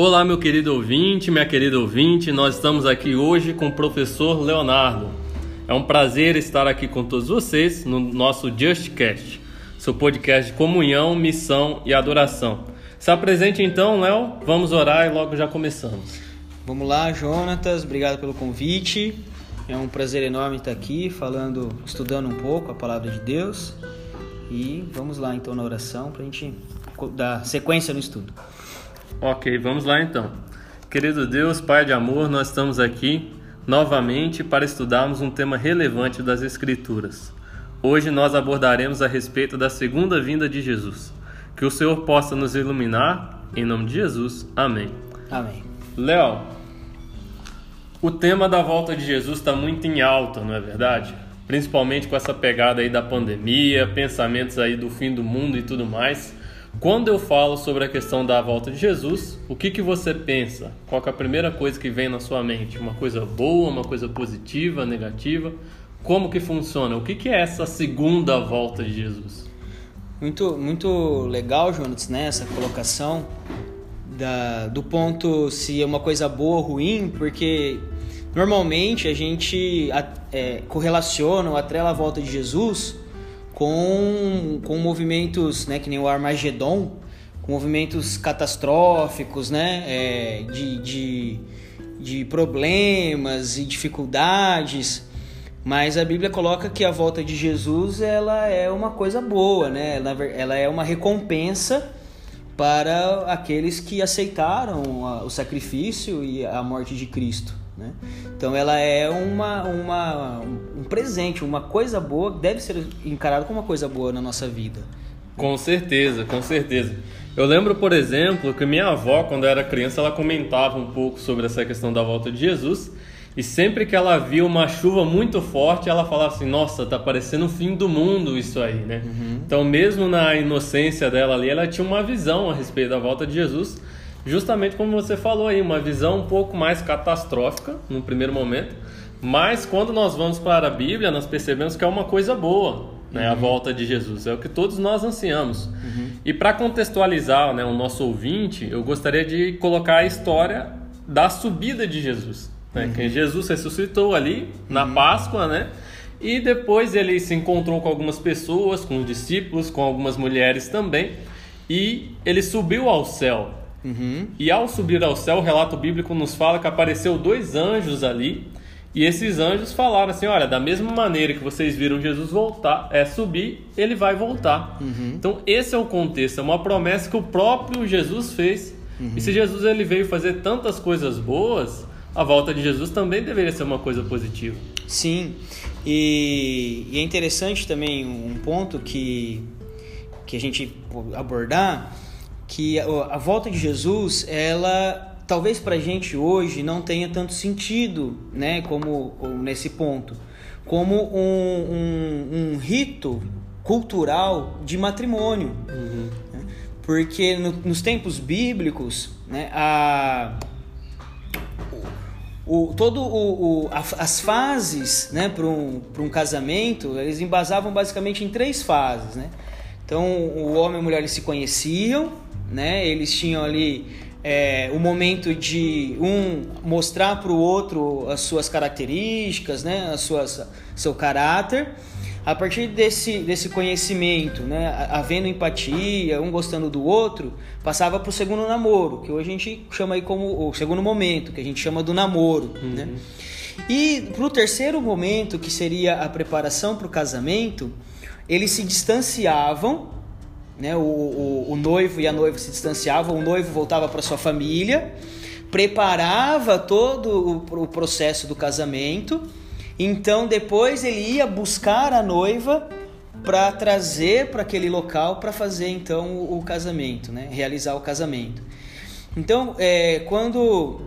Olá, meu querido ouvinte, minha querida ouvinte, nós estamos aqui hoje com o professor Leonardo. É um prazer estar aqui com todos vocês no nosso JustCast, seu podcast de comunhão, missão e adoração. Se apresente então, Léo, vamos orar e logo já começamos. Vamos lá, Jonatas, obrigado pelo convite. É um prazer enorme estar aqui estudando um pouco a palavra de Deus. E vamos lá então na oração para a gente dar sequência no estudo. Ok, vamos lá então. Querido Deus, Pai de amor, nós estamos aqui novamente para estudarmos um tema relevante das Escrituras. Hoje nós abordaremos a respeito da segunda vinda de Jesus. Que o Senhor possa nos iluminar, em nome de Jesus. Amém. Amém. Léo, o tema da volta de Jesus está muito em alta, não é verdade? Principalmente com essa pegada aí da pandemia, pensamentos aí do fim do mundo e tudo mais. Quando eu falo sobre a questão da volta de Jesus, o que você pensa? Qual que é a primeira coisa que vem na sua mente? Uma coisa boa, uma coisa positiva, negativa? Como que funciona? O que é essa segunda volta de Jesus? Muito legal, Jonas, né? Essa colocação do ponto se é uma coisa boa ou ruim, porque normalmente a gente correlaciona ou atrela a volta de Jesus com movimentos, né, que nem o Armagedon, com movimentos catastróficos, né, de problemas e dificuldades. Mas a Bíblia coloca que a volta de Jesus ela é uma coisa boa, né? Ela é uma recompensa para aqueles que aceitaram o sacrifício e a morte de Cristo, né? Então ela é um presente, uma coisa boa, deve ser encarada como uma coisa boa na nossa vida. Com certeza, com certeza. Eu lembro, por exemplo, que minha avó, quando eu era criança, ela comentava um pouco sobre essa questão da volta de Jesus. E sempre que ela via uma chuva muito forte, ela falava assim, nossa, tá parecendo o fim do mundo isso aí, né? Uhum. Então, mesmo na inocência dela ali, ela tinha uma visão a respeito da volta de Jesus, justamente como você falou aí, uma visão um pouco mais catastrófica, no primeiro momento, mas quando nós vamos para a Bíblia, nós percebemos que é uma coisa boa, né? A volta de Jesus, é o que todos nós ansiamos. Uhum. E para contextualizar, né, o nosso ouvinte, eu gostaria de colocar a história da subida de Jesus. Que Jesus ressuscitou ali na Páscoa, né? E depois ele se encontrou com algumas pessoas, com os discípulos, com algumas mulheres também, e ele subiu ao céu. E ao subir ao céu, o relato bíblico nos fala que apareceu 2 anjos ali, e esses anjos falaram assim, olha, da mesma maneira que vocês viram Jesus subir, ele vai voltar. Então esse é o contexto, é uma promessa que o próprio Jesus fez. E se Jesus ele veio fazer tantas coisas boas, a volta de Jesus também deveria ser uma coisa positiva. Sim, e é interessante também um ponto que a gente abordar, que a volta de Jesus, ela talvez pra gente hoje não tenha tanto sentido, né, como nesse ponto, como um rito cultural de matrimônio. Né? Porque nos tempos bíblicos, né, as fases, né, para um casamento, eles embasavam basicamente em 3 fases, né? Então o homem e a mulher eles se conheciam, né? Eles tinham ali o momento de mostrar para o outro as suas características, né? Seu caráter. A partir desse conhecimento, né, havendo empatia, um gostando do outro, passava para o segundo namoro, que hoje a gente chama aí como o segundo momento, que a gente chama do namoro. Né? E para o terceiro momento, que seria a preparação para o casamento, eles se distanciavam, né, o noivo e a noiva se distanciavam, o noivo voltava para sua família, preparava todo o processo do casamento. Então depois ele ia buscar a noiva para trazer para aquele local para fazer então o casamento, né? Realizar o casamento. Então quando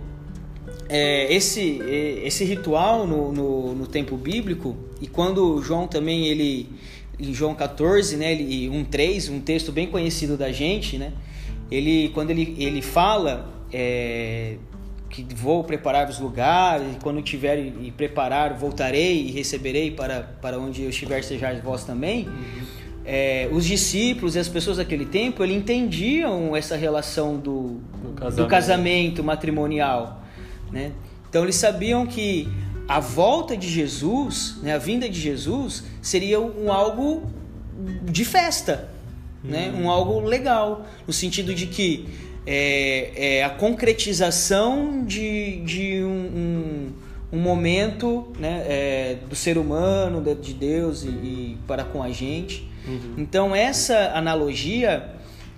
esse ritual no tempo bíblico, e quando João também em João 14, né, 1:3, um texto bem conhecido da gente, né? Quando ele fala que vou preparar os lugares, e quando tiver e preparar, voltarei e receberei para onde eu estiver, sejais vós também. os discípulos e as pessoas daquele tempo, eles entendiam essa relação do casamento matrimonial, né? Então eles sabiam que a volta de Jesus, né, a vinda de Jesus, seria algo de festa, né? Algo legal, no sentido de que a concretização de um momento, né, do ser humano, de Deus e para com a gente. Então essa analogia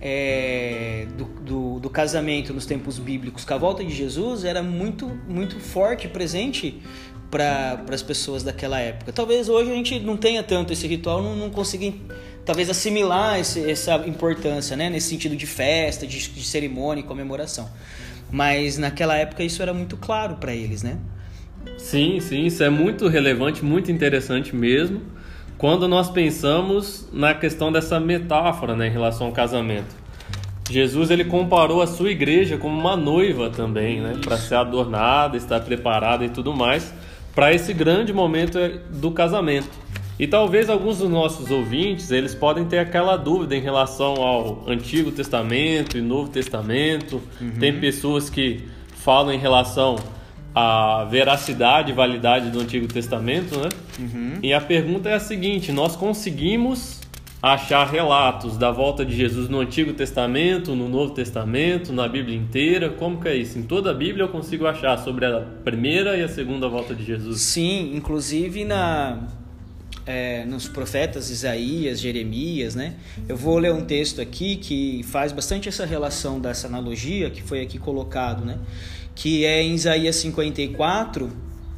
do casamento nos tempos bíblicos com a volta de Jesus era muito, muito forte e presente para as pessoas daquela época. Talvez hoje a gente não tenha tanto esse ritual, não consiga talvez assimilar essa importância, né, nesse sentido de festa, de cerimônia e comemoração. Mas naquela época isso era muito claro para eles, né? Sim, isso é muito relevante, muito interessante mesmo, quando nós pensamos na questão dessa metáfora, né, em relação ao casamento. Jesus, ele comparou a sua igreja como uma noiva também, né, para ser adornada, estar preparada e tudo mais, para esse grande momento do casamento. E talvez alguns dos nossos ouvintes, eles podem ter aquela dúvida em relação ao Antigo Testamento e Novo Testamento. Tem pessoas que falam em relação à veracidade e validade do Antigo Testamento, né? E a pergunta é a seguinte: nós conseguimos achar relatos da volta de Jesus no Antigo Testamento, no Novo Testamento, na Bíblia inteira? Como que é isso? Em toda a Bíblia eu consigo achar sobre a primeira e a segunda volta de Jesus? Sim, inclusive nos profetas Isaías, Jeremias, né? Eu vou ler um texto aqui que faz bastante essa relação dessa analogia que foi aqui colocado, né? Que é em Isaías 54,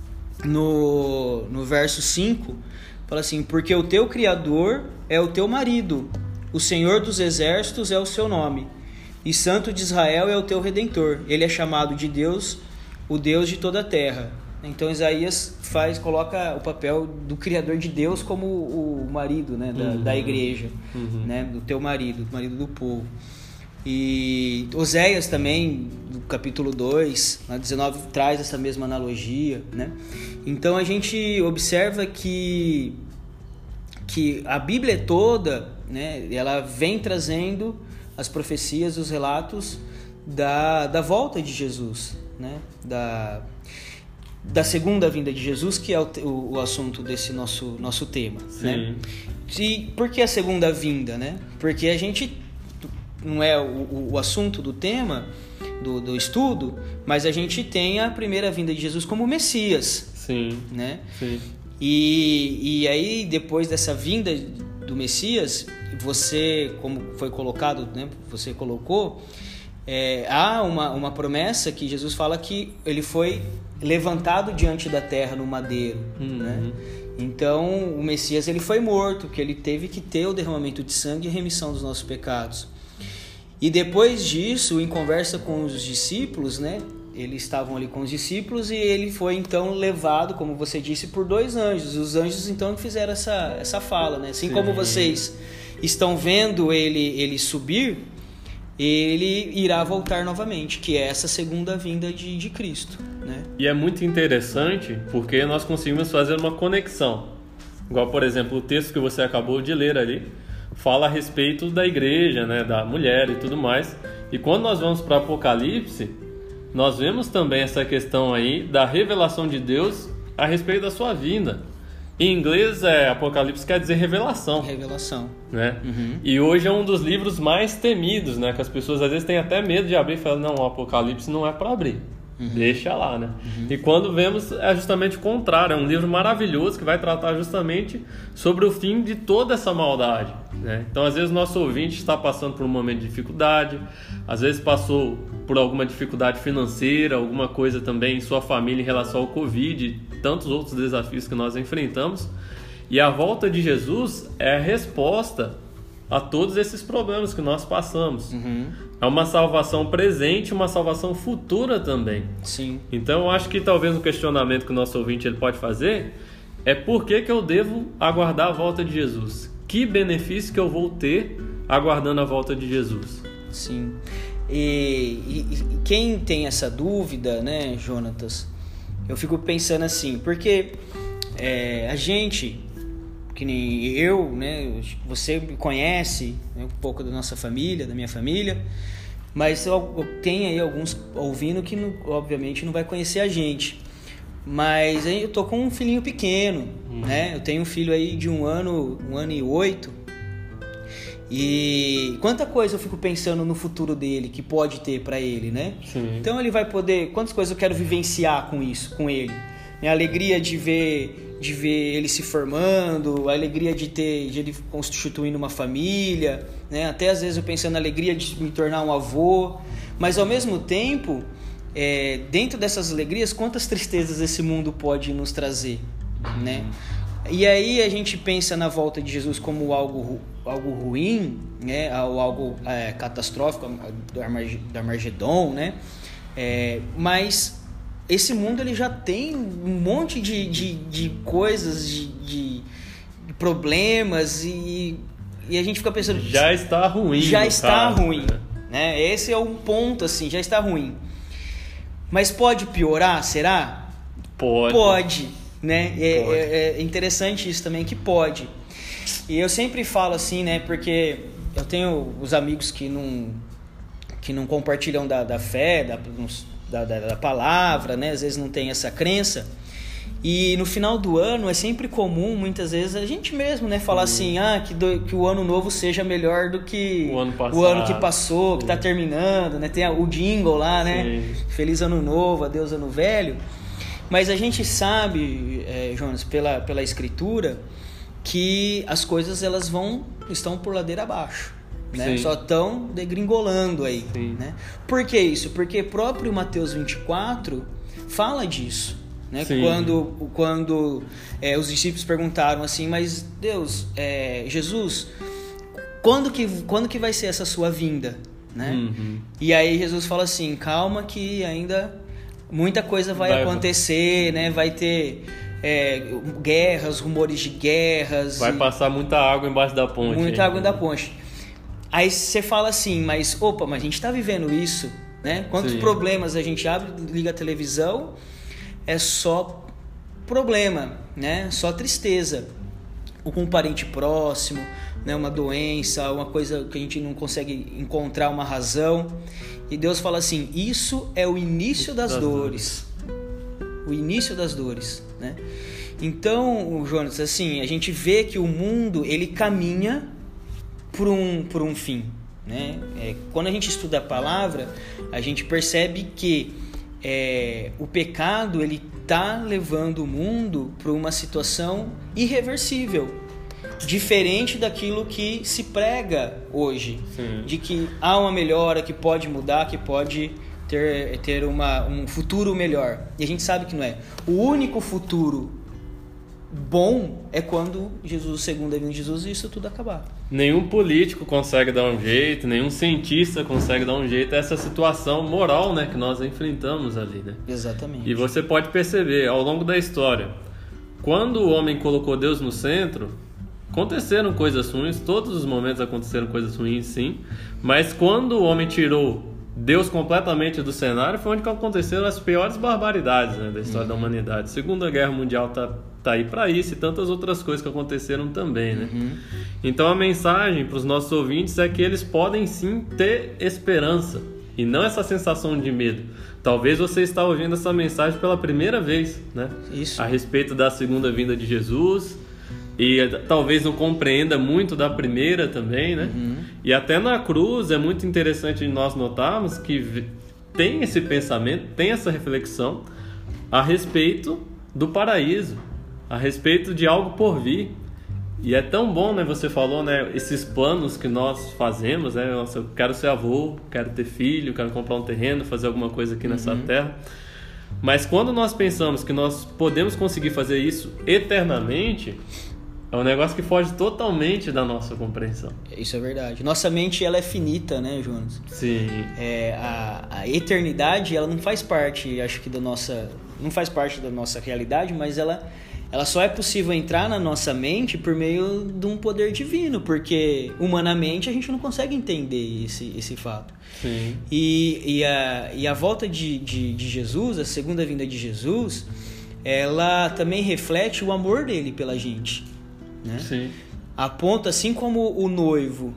no verso 5, fala assim: porque o teu Criador é o teu marido, o Senhor dos Exércitos é o seu nome, e Santo de Israel é o teu Redentor. Ele é chamado de Deus, o Deus de toda a terra. Então Isaías coloca o papel do Criador de Deus como o marido, né, da igreja, né, do teu marido, do marido do povo. E Oséias também, no capítulo 2, na 19, traz essa mesma analogia, né? Então a gente observa que a Bíblia toda, né, ela vem trazendo as profecias, os relatos da volta de Jesus, né? Da segunda vinda de Jesus, que é o assunto desse nosso tema. Sim. Né? E por que a segunda vinda, né? Porque a gente não é o assunto do tema, do estudo, mas a gente tem a primeira vinda de Jesus como Messias. Sim. Né? Sim. E aí, depois dessa vinda do Messias, você, como foi colocado, né? Você colocou, há uma promessa que Jesus fala que ele foi levantado diante da terra no madeiro, né? Então o Messias, ele foi morto, que ele teve que ter o derramamento de sangue e remissão dos nossos pecados. E depois disso, em conversa com os discípulos, né? Eles estavam ali com os discípulos e ele foi então levado, como você disse, por 2 anjos. Os anjos então fizeram essa fala, né? Assim, sim, como vocês estão vendo ele subir, ele irá voltar novamente, que é essa segunda vinda de Cristo, né? E é muito interessante porque nós conseguimos fazer uma conexão. Igual, por exemplo, o texto que você acabou de ler ali fala a respeito da igreja, né, da mulher e tudo mais. E quando nós vamos para Apocalipse, nós vemos também essa questão aí da revelação de Deus a respeito da sua vinda. Em inglês, Apocalipse quer dizer revelação. Revelação. Né? E hoje é um dos livros mais temidos, né? Que as pessoas às vezes têm até medo de abrir e falam, não, o Apocalipse não é para abrir. Deixa lá, né? E quando vemos, é justamente o contrário. É um livro maravilhoso que vai tratar justamente sobre o fim de toda essa maldade, né? Então, às vezes, o nosso ouvinte está passando por um momento de dificuldade, às vezes passou por alguma dificuldade financeira, alguma coisa também em sua família em relação ao Covid e tantos outros desafios que nós enfrentamos. E a volta de Jesus é a resposta a todos esses problemas que nós passamos. É uma salvação presente, uma salvação futura também. Sim. Então eu acho que talvez um questionamento que o nosso ouvinte ele pode fazer é por que eu devo aguardar a volta de Jesus? Que benefício que eu vou ter aguardando a volta de Jesus? Sim. E quem tem essa dúvida, né, Jonatas, eu fico pensando assim, porque a gente nem eu, né? Você me conhece, né, um pouco da nossa família, da minha família, mas tem aí alguns ouvindo que obviamente não vai conhecer a gente. Mas aí eu tô com um filhinho pequeno, né? Eu tenho um filho aí de 1 ano e 8. E quanta coisa eu fico pensando no futuro dele, que pode ter para ele, né? Sim. Então ele vai poder... Quantas coisas eu quero vivenciar com isso, com ele? A alegria de ver ele se formando, a alegria de ele constituindo uma família, né? Até às vezes eu pensando na alegria de me tornar um avô. Mas ao mesmo tempo, dentro dessas alegrias, quantas tristezas esse mundo pode nos trazer, né? E aí a gente pensa na volta de Jesus como algo ruim, né? Algo catastrófico, do Armagedon, né? Mas esse mundo ele já tem um monte de coisas, de problemas, e a gente fica pensando... Já está ruim. Já está caso, ruim, né? Esse é um ponto, assim, já está ruim. Mas pode piorar, será? Pode, né? É interessante isso também, que pode. E eu sempre falo assim, né? Porque eu tenho os amigos que não compartilham da fé, da palavra, né? Às vezes não tem essa crença. E no final do ano é sempre comum, muitas vezes, a gente mesmo, né? Falar assim, que o ano novo seja melhor do que o ano que passou, que está terminando, né? Tem o jingle lá, né? Sim. Feliz ano novo, adeus ano velho. Mas a gente sabe, Jonas, pela escritura, que as coisas elas estão por ladeira abaixo, né? Só estão degringolando aí, né? Por que isso? Porque próprio Mateus 24 fala disso, né? Quando os discípulos perguntaram assim, mas Deus, Jesus, quando que vai ser essa sua vinda, né? E aí Jesus fala assim, calma que ainda muita coisa vai acontecer, né? Vai ter guerras, rumores de guerras. Vai passar muita água embaixo da ponte. Muita água da ponte. Aí você fala assim, mas a gente está vivendo isso, né? Quantos problemas a gente abre, liga a televisão, é só problema, né? Só tristeza. Ou com um parente próximo, né? Uma doença, uma coisa que a gente não consegue encontrar uma razão. E Deus fala assim, isso é o início das dores. O início das dores, né? Então, Jonas, assim, a gente vê que o mundo, ele caminha por um fim, né? Quando a gente estuda a palavra, a gente percebe que o pecado, ele está levando o mundo para uma situação irreversível, diferente daquilo que se prega hoje. Sim. De que há uma melhora, que pode mudar, que pode ter um futuro melhor. E a gente sabe que não é. O único futuro bom é quando Jesus, segunda vinda de Jesus, e isso tudo acabar. Nenhum político consegue dar um jeito, nenhum cientista consegue dar um jeito a essa situação moral, né, que nós enfrentamos ali, né? Exatamente. E você pode perceber ao longo da história, quando o homem colocou Deus no centro, aconteceram coisas ruins, todos os momentos aconteceram coisas ruins, sim, mas quando o homem tirou Deus completamente do cenário, foi onde aconteceram as piores barbaridades, né, da história da humanidade. Segunda Guerra Mundial tá aí para isso, e tantas outras coisas que aconteceram também, né? Então a mensagem para os nossos ouvintes é que eles podem sim ter esperança, e não essa sensação de medo. Talvez você está ouvindo essa mensagem pela primeira vez, né? Isso. A respeito da segunda vinda de Jesus, e talvez não compreenda muito da primeira também, né? E até na cruz é muito interessante nós notarmos que tem esse pensamento, tem essa reflexão a respeito do paraíso, a respeito de algo por vir. E é tão bom, né? Você falou, né? Esses planos que nós fazemos, né? Nossa, eu quero ser avô, quero ter filho, quero comprar um terreno, fazer alguma coisa aqui nessa terra. Mas quando nós pensamos que nós podemos conseguir fazer isso eternamente, é um negócio que foge totalmente da nossa compreensão. Isso é verdade. Nossa mente, ela é finita, né, Jonas? Sim. A eternidade, ela não faz parte, acho que não faz parte da nossa realidade, mas ela só é possível entrar na nossa mente por meio de um poder divino, porque humanamente a gente não consegue entender esse fato. Sim. E a volta de Jesus, a segunda vinda de Jesus, ela também reflete o amor dele pela gente. né? Sim. A ponto, assim como o noivo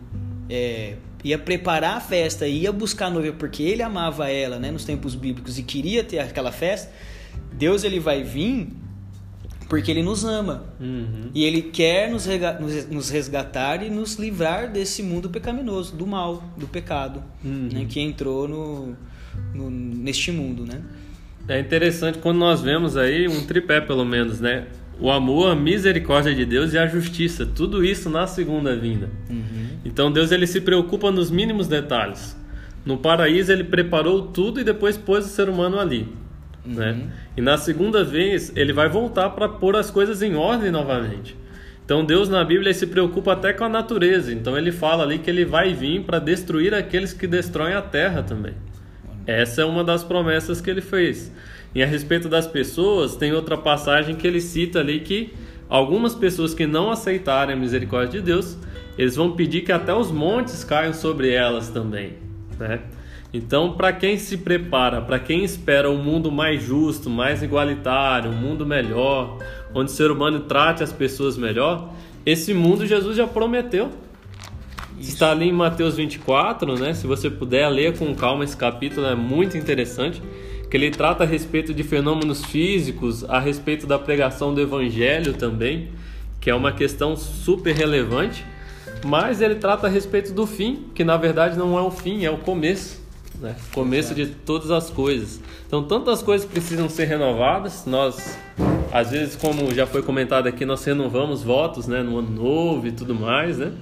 ia preparar a festa, ia buscar a noiva porque ele amava ela, né, nos tempos bíblicos, e queria ter aquela festa, Deus ele vai vir porque ele nos ama. E ele quer nos resgatar e nos livrar desse mundo pecaminoso, do mal, do pecado, né, que entrou neste mundo, né? É interessante quando nós vemos aí um tripé, pelo menos, né? O amor, a misericórdia de Deus e a justiça. Tudo isso na segunda vinda. Então Deus ele se preocupa nos mínimos detalhes. No paraíso ele preparou tudo e depois pôs o ser humano ali. Né? E na segunda vez ele vai voltar para pôr as coisas em ordem novamente. Então Deus na Bíblia ele se preocupa até com a natureza. Então ele fala ali que ele vai vir para destruir aqueles que destroem a terra também. Essa é uma das promessas que ele fez. E a respeito das pessoas, tem outra passagem que ele cita ali que algumas pessoas que não aceitarem a misericórdia de Deus, eles vão pedir que até os montes caiam sobre elas também, né? Então, para quem se prepara, para quem espera um mundo mais justo, mais igualitário, um mundo melhor, onde o ser humano trate as pessoas melhor, esse mundo Jesus já prometeu. Isso. Está ali em Mateus 24, né? Se você puder ler com calma esse capítulo, é muito interessante, que ele trata a respeito de fenômenos físicos, a respeito da pregação do evangelho também, que é uma questão super relevante, mas ele trata a respeito do fim, que na verdade não é o fim, é o começo, né? Começo de todas as coisas. Então tantas coisas precisam ser renovadas. Nós, às vezes, como já foi comentado aqui, nós renovamos votos, né, no ano novo e tudo mais, né?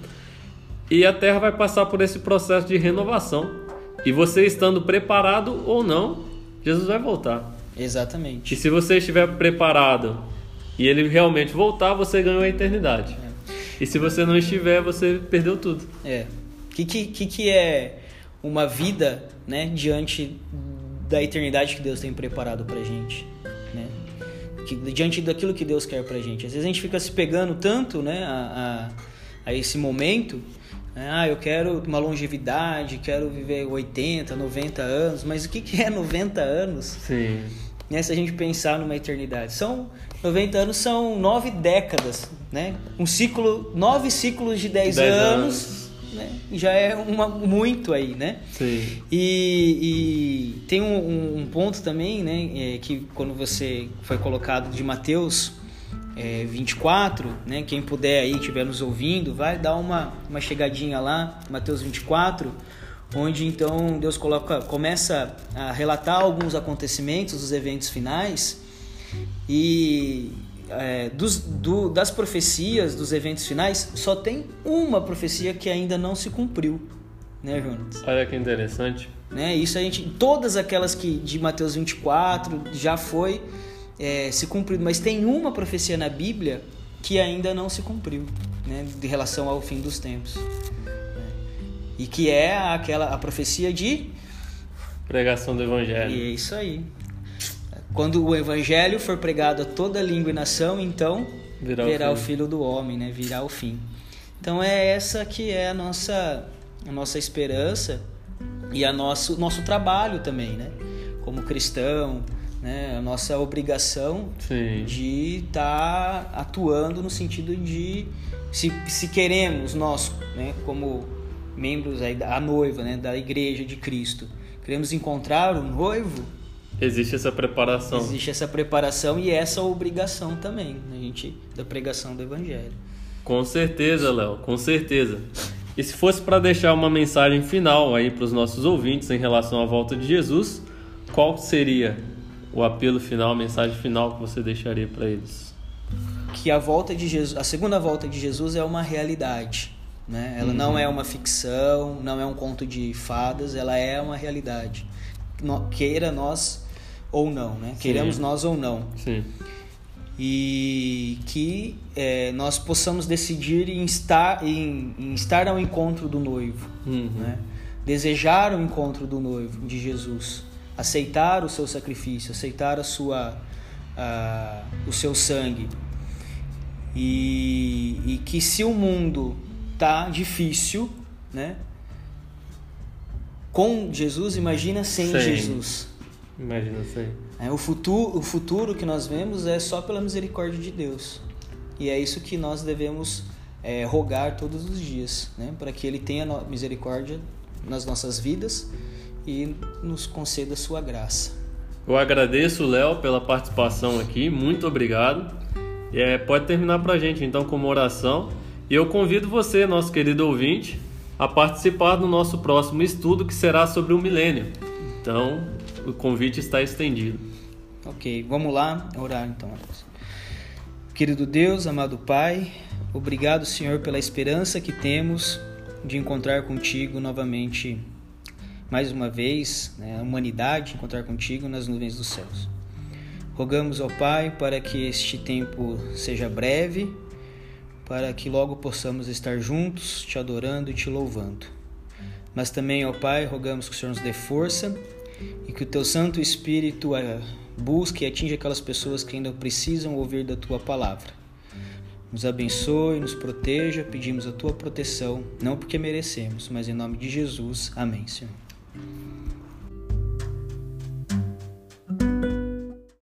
E a Terra vai passar por esse processo de renovação. E você estando preparado ou não, Jesus vai voltar. Exatamente. E se você estiver preparado e ele realmente voltar, você ganhou a eternidade. E se você não estiver, você perdeu tudo. O que é uma vida, né, diante da eternidade que Deus tem preparado pra gente, né? Diante daquilo que Deus quer pra gente. Às vezes a gente fica se pegando tanto, né, a esse momento. Eu quero uma longevidade, quero viver 80, 90 anos, mas o que é 90 anos? Sim. Né, se a gente pensar numa eternidade, 90 anos são 9 décadas, né? 9 ciclos de 10 anos, né? Já é muito aí, né? Sim. E tem um ponto também, né? Que quando você foi colocado de Mateus 24, né? Quem puder aí, estiver nos ouvindo, vai dar uma chegadinha lá, Mateus 24, onde então Deus começa a relatar alguns acontecimentos dos eventos finais e das profecias dos eventos finais, só tem uma profecia que ainda não se cumpriu, né, Jonas? Olha que interessante. Né? Isso todas aquelas que de Mateus 24 já foi se cumprido, mas tem uma profecia na Bíblia que ainda não se cumpriu, né, de relação ao fim dos tempos, e que é a profecia de pregação do evangelho. E é isso aí. Quando o evangelho for pregado a toda língua e nação, então virá o Filho do Homem, né, virá o fim. Então é essa que é a nossa esperança e nosso trabalho também, né, como cristão, né, a nossa obrigação. Sim. De estar atuando no sentido de se queremos nós, né, como membros aí a noiva, né, da Igreja de Cristo, queremos encontrar o noivo, existe essa preparação e essa obrigação também, né, da pregação do Evangelho. Com certeza, Léo, com certeza. E se fosse para deixar uma mensagem final aí para os nossos ouvintes em relação à volta de Jesus, qual seria o apelo final, a mensagem final que você deixaria para eles? Que a segunda volta de Jesus é uma realidade, né? Ela não é uma ficção, não é um conto de fadas, ela é uma realidade. Queira nós ou não, né? Queiramos nós ou não. Sim. E que nós possamos decidir em estar ao encontro do noivo, né? Desejar o encontro do noivo, de Jesus. Aceitar o seu sacrifício, aceitar o seu sangue. E que se o mundo tá difícil, né, com Jesus, imagina sem Jesus. Imagina sem. O futuro que nós vemos é só pela misericórdia de Deus. e é isso que nós devemos rogar todos os dias, né? Para que Ele tenha misericórdia nas nossas vidas e nos conceda a sua graça. Eu agradeço, Léo, pela participação aqui, muito obrigado. Pode terminar para a gente então com uma oração, e eu convido você, nosso querido ouvinte, a participar do nosso próximo estudo, que será sobre o milênio. Então, o convite está estendido. Ok, vamos lá orar então. Querido Deus, amado Pai, obrigado, Senhor, pela esperança que temos de encontrar contigo novamente, mais uma vez, né, a humanidade encontrar contigo nas nuvens dos céus. Rogamos ao Pai para que este tempo seja breve, para que logo possamos estar juntos, te adorando e te louvando. Mas também, ó Pai, rogamos que o Senhor nos dê força e que o Teu Santo Espírito busque e atinja aquelas pessoas que ainda precisam ouvir da Tua palavra. Nos abençoe, nos proteja, pedimos a Tua proteção, não porque merecemos, mas em nome de Jesus. Amém, Senhor.